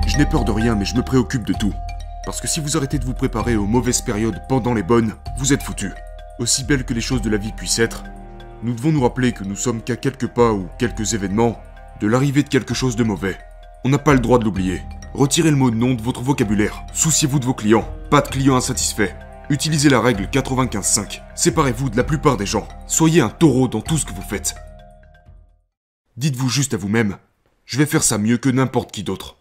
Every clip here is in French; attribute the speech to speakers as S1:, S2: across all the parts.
S1: Je n'ai peur de rien, mais je me préoccupe de tout. Parce que si vous arrêtez de vous préparer aux mauvaises périodes pendant les bonnes, vous êtes foutus. Aussi belles que les choses de la vie puissent être, nous devons nous rappeler que nous sommes qu'à quelques pas ou quelques événements de l'arrivée de quelque chose de mauvais. On n'a pas le droit de l'oublier. Retirez le mot non de votre vocabulaire. Souciez-vous de vos clients. Pas de clients insatisfaits. Utilisez la règle 95-5. Séparez-vous de la plupart des gens. Soyez un taureau dans tout ce que vous faites. Dites-vous juste à vous-même, je vais faire ça mieux que n'importe qui d'autre.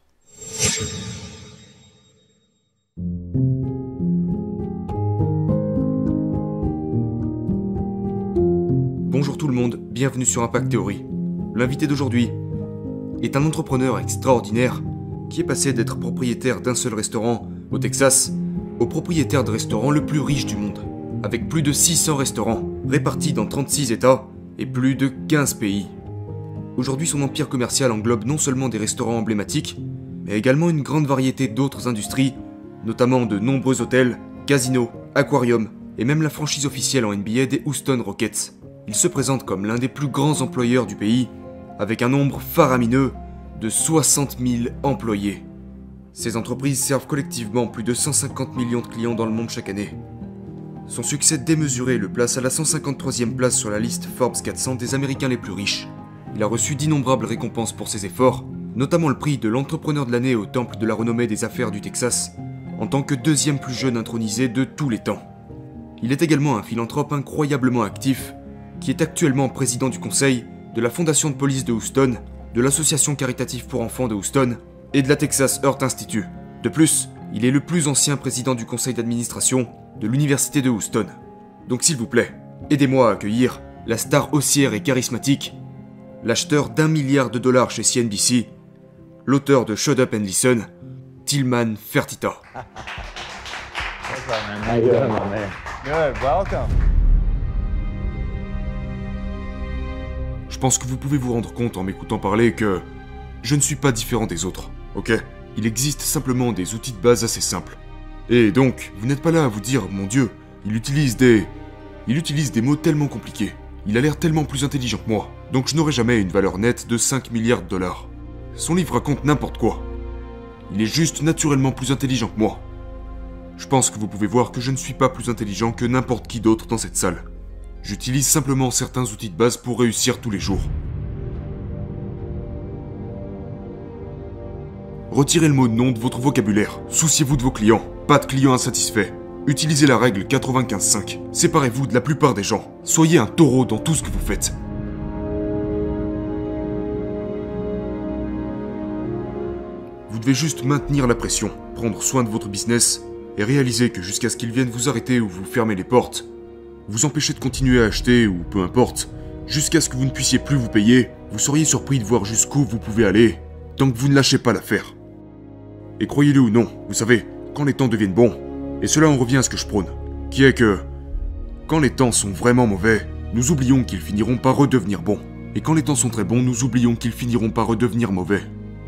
S1: Bonjour tout le monde, bienvenue sur Impact Theory. L'invité d'aujourd'hui est un entrepreneur extraordinaire qui est passé d'être propriétaire d'un seul restaurant au Texas au propriétaire de restaurant le plus riche du monde, avec plus de 600 restaurants répartis dans 36 États et plus de 15 pays. Aujourd'hui, son empire commercial englobe non seulement des restaurants emblématiques, mais également une grande variété d'autres industries, notamment de nombreux hôtels, casinos, aquariums et même la franchise officielle en NBA des Houston Rockets. Il se présente comme l'un des plus grands employeurs du pays, avec un nombre faramineux de 60 000 employés. Ces entreprises servent collectivement plus de 150 millions de clients dans le monde chaque année. Son succès démesuré le place à la 153e place sur la liste Forbes 400 des Américains les plus riches. Il a reçu d'innombrables récompenses pour ses efforts, notamment le prix de l'entrepreneur de l'année au Temple de la renommée des affaires du Texas, en tant que deuxième plus jeune intronisé de tous les temps. Il est également un philanthrope incroyablement actif, qui est actuellement président du conseil de la Fondation de police de Houston, de l'Association caritative pour enfants de Houston et de la Texas Earth Institute. De plus, il est le plus ancien président du conseil d'administration de l'Université de Houston. Donc s'il vous plaît, aidez-moi à accueillir la star haussière et charismatique, l'acheteur d'1 milliard de dollars chez CNBC, l'auteur de Shut Up and Listen, Tilman Fertitta.
S2: What's up, man? How you doing, my man? Good, welcome.
S1: Je pense que vous pouvez vous rendre compte en m'écoutant parler que je ne suis pas différent des autres, ok? Il existe simplement des outils de base assez simples. Et donc, vous n'êtes pas là à vous dire, mon Dieu, il utilise des mots tellement compliqués. Il a l'air tellement plus intelligent que moi, donc je n'aurai jamais une valeur nette de 5 milliards de dollars. Son livre raconte n'importe quoi. Il est juste naturellement plus intelligent que moi. Je pense que vous pouvez voir que je ne suis pas plus intelligent que n'importe qui d'autre dans cette salle. J'utilise simplement certains outils de base pour réussir tous les jours. Retirez le mot non de votre vocabulaire. Souciez-vous de vos clients. Pas de clients insatisfaits. Utilisez la règle 95-5. Séparez-vous de la plupart des gens. Soyez un taureau dans tout ce que vous faites. Vous devez juste maintenir la pression, prendre soin de votre business et réaliser que jusqu'à ce qu'ils viennent vous arrêter ou vous fermer les portes, vous empêcher de continuer à acheter ou peu importe, jusqu'à ce que vous ne puissiez plus vous payer, vous seriez surpris de voir jusqu'où vous pouvez aller tant que vous ne lâchez pas l'affaire. Et croyez-le ou non, vous savez, quand les temps deviennent bons, et cela en revient à ce que je prône, qui est que quand les temps sont vraiment mauvais, nous oublions qu'ils finiront par redevenir bons. Et quand les temps sont très bons, nous oublions qu'ils finiront par redevenir mauvais.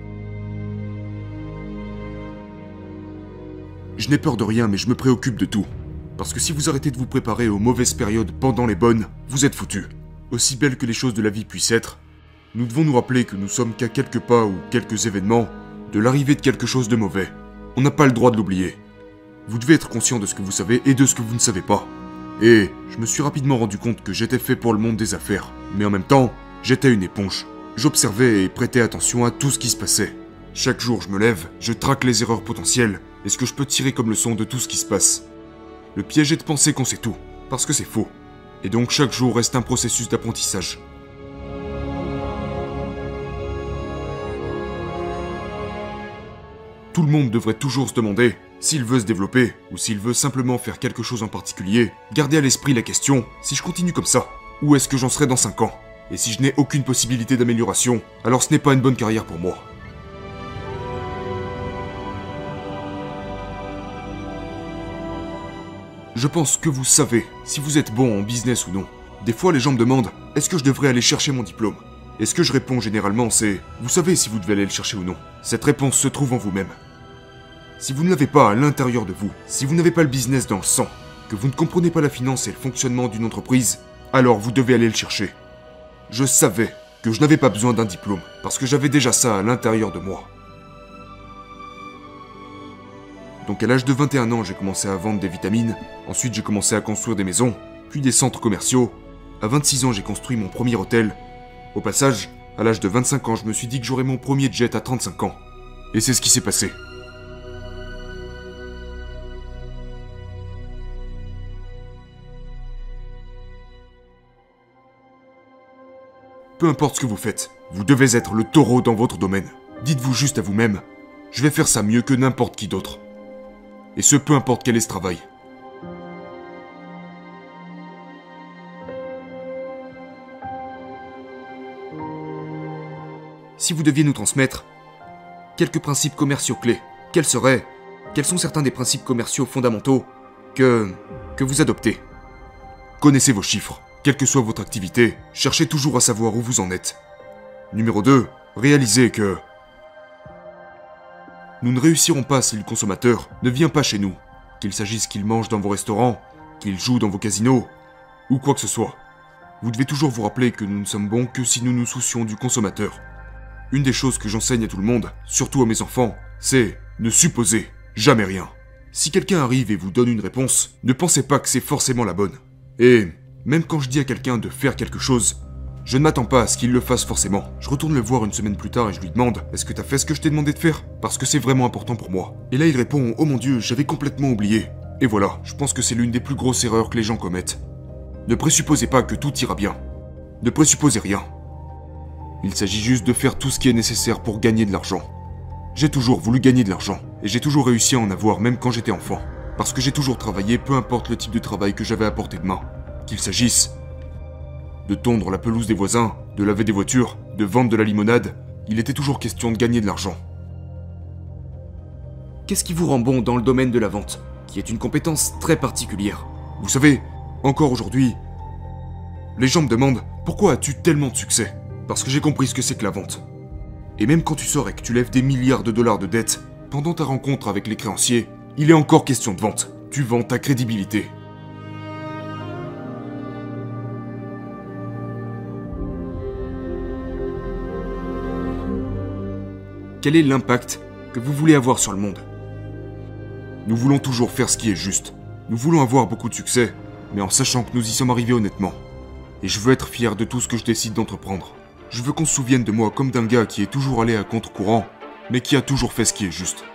S1: Je n'ai peur de rien, mais je me préoccupe de tout. Parce que si vous arrêtez de vous préparer aux mauvaises périodes pendant les bonnes, vous êtes foutus. Aussi belles que les choses de la vie puissent être, nous devons nous rappeler que nous sommes qu'à quelques pas ou quelques événements de l'arrivée de quelque chose de mauvais. On n'a pas le droit de l'oublier. Vous devez être conscient de ce que vous savez et de ce que vous ne savez pas. Et je me suis rapidement rendu compte que j'étais fait pour le monde des affaires. Mais en même temps, j'étais une éponge. J'observais et prêtais attention à tout ce qui se passait. Chaque jour je me lève, je traque les erreurs potentielles et ce que je peux tirer comme leçon de tout ce qui se passe. Le piège est de penser qu'on sait tout, parce que c'est faux. Et donc chaque jour reste un processus d'apprentissage. Tout le monde devrait toujours se demander, s'il veut se développer, ou s'il veut simplement faire quelque chose en particulier, garder à l'esprit la question, si je continue comme ça, où est-ce que j'en serai dans 5 ans? Et si je n'ai aucune possibilité d'amélioration, alors ce n'est pas une bonne carrière pour moi. Je pense que vous savez si vous êtes bon en business ou non. Des fois, les gens me demandent « Est-ce que je devrais aller chercher mon diplôme ?» Et ce que je réponds généralement, c'est « Vous savez si vous devez aller le chercher ou non. » Cette réponse se trouve en vous-même. Si vous ne l'avez pas à l'intérieur de vous, si vous n'avez pas le business dans le sang, que vous ne comprenez pas la finance et le fonctionnement d'une entreprise, alors vous devez aller le chercher. Je savais que je n'avais pas besoin d'un diplôme, parce que j'avais déjà ça à l'intérieur de moi. Donc à l'âge de 21 ans, j'ai commencé à vendre des vitamines, ensuite j'ai commencé à construire des maisons, puis des centres commerciaux. À 26 ans, j'ai construit mon premier hôtel. Au passage, à l'âge de 25 ans, je me suis dit que j'aurais mon premier jet à 35 ans. Et c'est ce qui s'est passé. Peu importe ce que vous faites, vous devez être le taureau dans votre domaine. Dites-vous juste à vous-même, je vais faire ça mieux que n'importe qui d'autre. Et ce, peu importe quel est ce travail. Si vous deviez nous transmettre quelques principes commerciaux clés, quels sont certains des principes commerciaux fondamentaux que vous adoptez? Connaissez vos chiffres. Quelle que soit votre activité, cherchez toujours à savoir où vous en êtes. Numéro 2, réalisez que nous ne réussirons pas si le consommateur ne vient pas chez nous, qu'il s'agisse qu'il mange dans vos restaurants, qu'il joue dans vos casinos, ou quoi que ce soit. Vous devez toujours vous rappeler que nous ne sommes bons que si nous nous soucions du consommateur. Une des choses que j'enseigne à tout le monde, surtout à mes enfants, c'est ne supposez jamais rien. Si quelqu'un arrive et vous donne une réponse, ne pensez pas que c'est forcément la bonne. Et même quand je dis à quelqu'un de faire quelque chose, je ne m'attends pas à ce qu'il le fasse forcément. Je retourne le voir une semaine plus tard et je lui demande « Est-ce que t'as fait ce que je t'ai demandé de faire ? Parce que c'est vraiment important pour moi. » Et là il répond « Oh mon Dieu, j'avais complètement oublié. » Et voilà, je pense que c'est l'une des plus grosses erreurs que les gens commettent. Ne présupposez pas que tout ira bien. Ne présupposez rien. Il s'agit juste de faire tout ce qui est nécessaire pour gagner de l'argent. J'ai toujours voulu gagner de l'argent, et j'ai toujours réussi à en avoir même quand j'étais enfant. Parce que j'ai toujours travaillé, peu importe le type de travail que j'avais à portée de main. Qu'il s'agisse de tondre la pelouse des voisins, de laver des voitures, de vendre de la limonade, il était toujours question de gagner de l'argent. Qu'est-ce qui vous rend bon dans le domaine de la vente, qui est une compétence très particulière? Vous savez, encore aujourd'hui, les gens me demandent « Pourquoi as-tu tellement de succès ?» Parce que j'ai compris ce que c'est que la vente. Et même quand tu sors et que tu lèves des milliards de dollars de dettes, pendant ta rencontre avec les créanciers, il est encore question de vente. Tu vends ta crédibilité. Quel est l'impact que vous voulez avoir sur le monde? Nous voulons toujours faire ce qui est juste. Nous voulons avoir beaucoup de succès, mais en sachant que nous y sommes arrivés honnêtement. Et je veux être fier de tout ce que je décide d'entreprendre. Je veux qu'on se souvienne de moi comme d'un gars qui est toujours allé à contre-courant, mais qui a toujours fait ce qui est juste.